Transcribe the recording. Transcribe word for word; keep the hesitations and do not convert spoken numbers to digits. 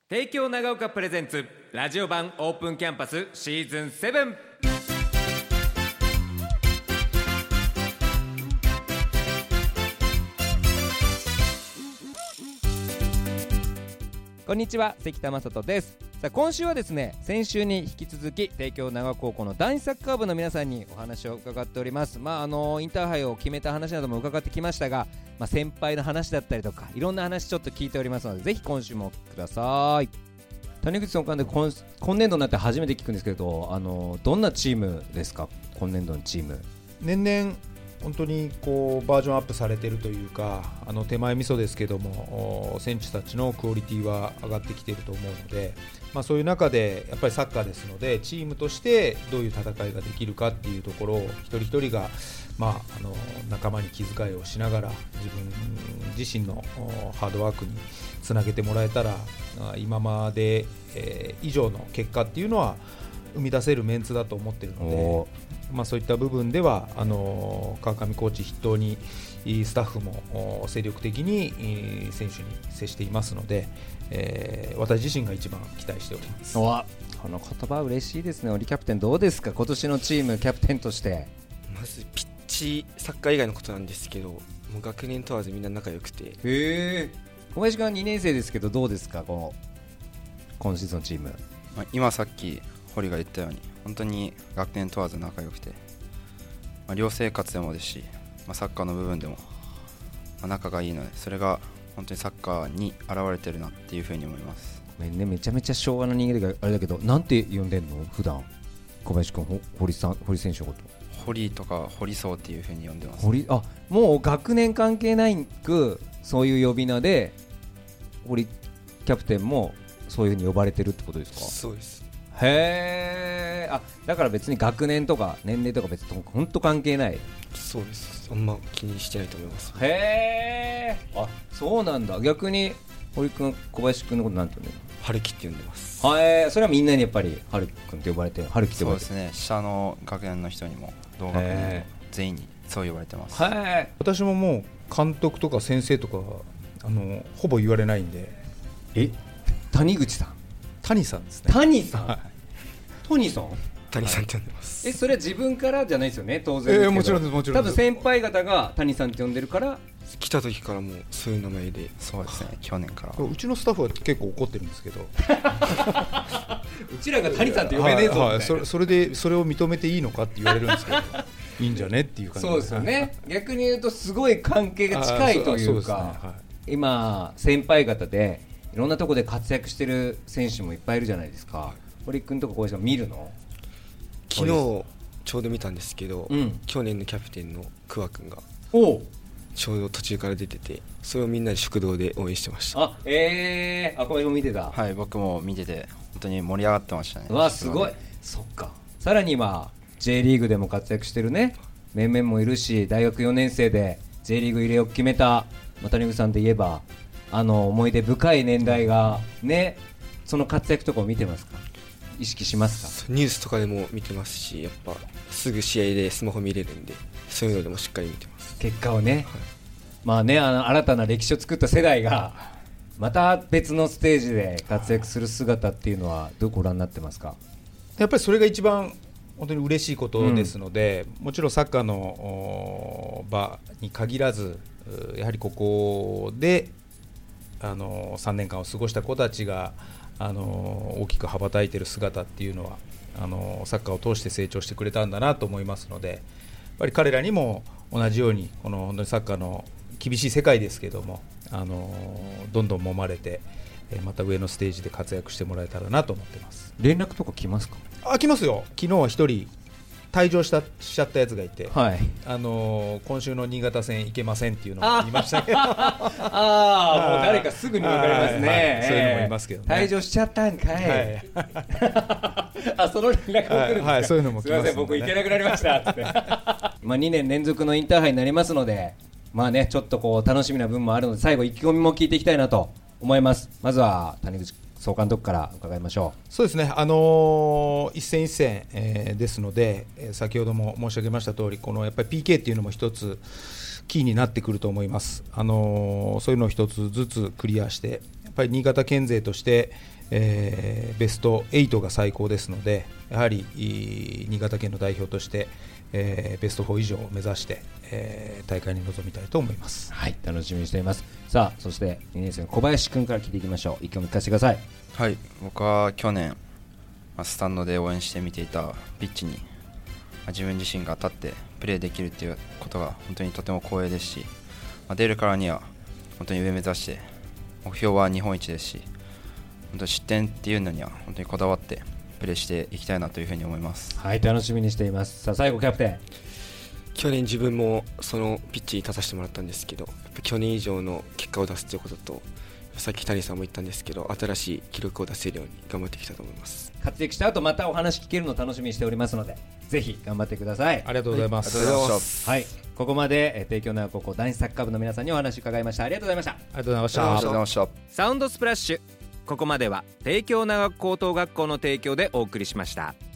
帝京長岡プレゼンツラジオ版オープンキャンパスシーズンセブン。こんにちは、関田正人です。さあ今週はですね、先週に引き続き帝京長岡高校の男子サッカー部の皆さんにお話を伺っております。まああのインターハイを決めた話なども伺ってきましたが、まあ、先輩の話だったりとかいろんな話ちょっと聞いておりますので、ぜひ今週もお聞きください。谷口総監で 今, 今年度になって初めて聞くんですけど、あのどんなチームですか？今年度のチーム。 年々本当にこうバージョンアップされているというか、あの手前味噌ですけども、選手たちのクオリティは上がってきていると思うので、まあ、そういう中でやっぱりサッカーですので、チームとしてどういう戦いができるかっていうところを一人一人が、まあ、あの仲間に気遣いをしながら自分自身のハードワークにつなげてもらえたら、今まで、えー、以上の結果っていうのは生み出せるメンツだと思っているので、まあ、そういった部分ではあの川上コーチ筆頭にスタッフも精力的に選手に接していますので、えー、私自身が一番期待しております。 おわ、この言葉嬉しいですね。オリキャプテンどうですか、今年のチームキャプテンとして。 まずピッチサッカー以外のことなんですけど、もう学年問わずみんな仲良くて。 へえ。小林君はにねん生ですけどどうですか、この今シーズンのチーム。 まあ、今さっき堀が言ったように本当に学年問わず仲良くて、まあ、寮生活でもですし、まあ、サッカーの部分でも、まあ、仲がいいので、それが本当にサッカーに現れてるなっていうふうに思います。 ごめんね、めちゃめちゃ昭和の人間だけどあれだけど、なんて呼んでんの普段？小林君、堀さん、堀選手のこと堀とか堀荘っていうふうに呼んでます。 堀、あ、もう学年関係ないくそういう呼び名で堀キャプテンもそういうふうに呼ばれてるってことですか？ そうです。 へー、あ、だから別に学年とか年齢とか別に本当関係ない。 そうです。あんま気にしてないと思います。 へー、あ、そうなんだ。逆に堀君、小林君のことなんて呼んでるの？ 春樹って呼んでます。 はい、それはみんなにやっぱり春樹君って呼ばれてる。春樹って呼ばれてる。 そうですね、下の学年の人にも同学年の全員にそう呼ばれてます。 はい。 私ももう監督とか先生とかあのほぼ言われないんで。 え、谷口さん、 谷さんですね。 谷さん、 はい、 谷さん、 谷さんって呼んでます。 え、それは自分からじゃないですよね、当然ですけど。 えー、もちろんです、もちろんです。 多分先輩方が谷さんって呼んでるから。 来た時からもうそういう名前で。 そうですね、去年から。 うちのスタッフは結構怒ってるんですけどうちらが谷さんって呼べねえぞみたいな、 はいはい、それ、それでそれを認めていいのかって言われるんですけどいいんじゃねっていう感じ。 そうですよね。逆に言うとすごい関係が近いというか、 そうですね、はい、 今先輩方でいろんなところで活躍してる選手もいっぱいいるじゃないですか。堀君とか小林さん見るの？ 昨日ちょうど見たんですけど、 うん、 去年のキャプテンの桑君がおちょうど途中から出てて、それをみんなで食堂で応援してました。 あ、えー、あ、小林も見てた？ はい、僕も見てて本当に盛り上がってましたね。 うわ、すごい。そっか。さらには J リーグでも活躍してるね面々もいるし、大学よねん生で J リーグ入れを決めた谷口さんで言えば、あの思い出深い年代がね、その活躍とかを見てますか？意識しますか？ ニュースとかでも見てますし、やっぱすぐ試合でスマホ見れるんで、そういうのでもしっかり見てます。 結果をね、はい、 まあね、あの新たな歴史を作った世代がまた別のステージで活躍する姿っていうのはどうご覧になってますか？ やっぱりそれが一番本当に嬉しいことですので、うん、もちろんサッカーの場に限らず、やはりここであのさんねんかんを過ごした子たちがあの大きく羽ばたいている姿っていうのは、あのサッカーを通して成長してくれたんだなと思いますので、やっぱり彼らにも同じようにこの本当にサッカーの厳しい世界ですけども、あのどんどん揉まれてまた上のステージで活躍してもらえたらなと思ってます。 連絡とか来ますか？ あ、来ますよ。昨日は一人退場したしちゃったやつがいて、 はい、 あのー、今週の新潟戦行けませんっていうのを言いましたけどああ、もう誰かすぐに分かりますね、 はいはい、そういうのもいますけどね。 退場しちゃったんかい、はい、あ、その連絡も来るんですか？はいはい、 そういうのも来ます、ね、 すいません、僕行けなくなりましたってまあにねん連続のインターハイになりますので、まあね、ちょっとこう楽しみな分もあるので、最後意気込みも聞いていきたいなと思います。まずは谷口総監督から伺いましょう。 そうですね、あのー、一戦一戦、えー、ですので、えー、先ほども申し上げました通り、このやっぱり ピーケー っていうのも一つキーになってくると思います。あのー、そういうのを一つずつクリアして、やっぱり新潟県勢として、 えー、ベストはちが最高ですので、やはり新潟県の代表として、えー、ベストよん以上を目指して、えー、大会に臨みたいと思います。 はい、楽しみにしています。さあ、そしてにねん生の小林君から聞いていきましょう。意見を聞かせてください。 はい、僕は去年、まあ、スタンドで応援して見ていたピッチに、まあ、自分自身が立ってプレーできるっていうことが本当にとても光栄ですし、まあ、出るからには本当に上目指して目標は日本一ですし、本当に失点っていうのには本当にこだわってプレーしていきたいなというふうに思います。 はい、楽しみにしています。さあ、最後キャプテン。 去年自分もそのピッチに立たせてもらったんですけど、やっぱ去年以上の結果を出すということと、さっき谷さんも言ったんですけど、新しい記録を出せるように頑張っていきたいと思います。 活躍した後またお話聞けるのを楽しみにしておりますので、ぜひ頑張ってください。 ありがとうございます。 ありがとうございます。 はい、ここまで、えー、帝京長岡高校男子サッカー部の皆さんにお話伺いました。ありがとうございました。 ありがとうございました。 ありがとうございました。 サウンドスプラッシュ、ここまでは帝京長岡高等学校の提供でお送りしました。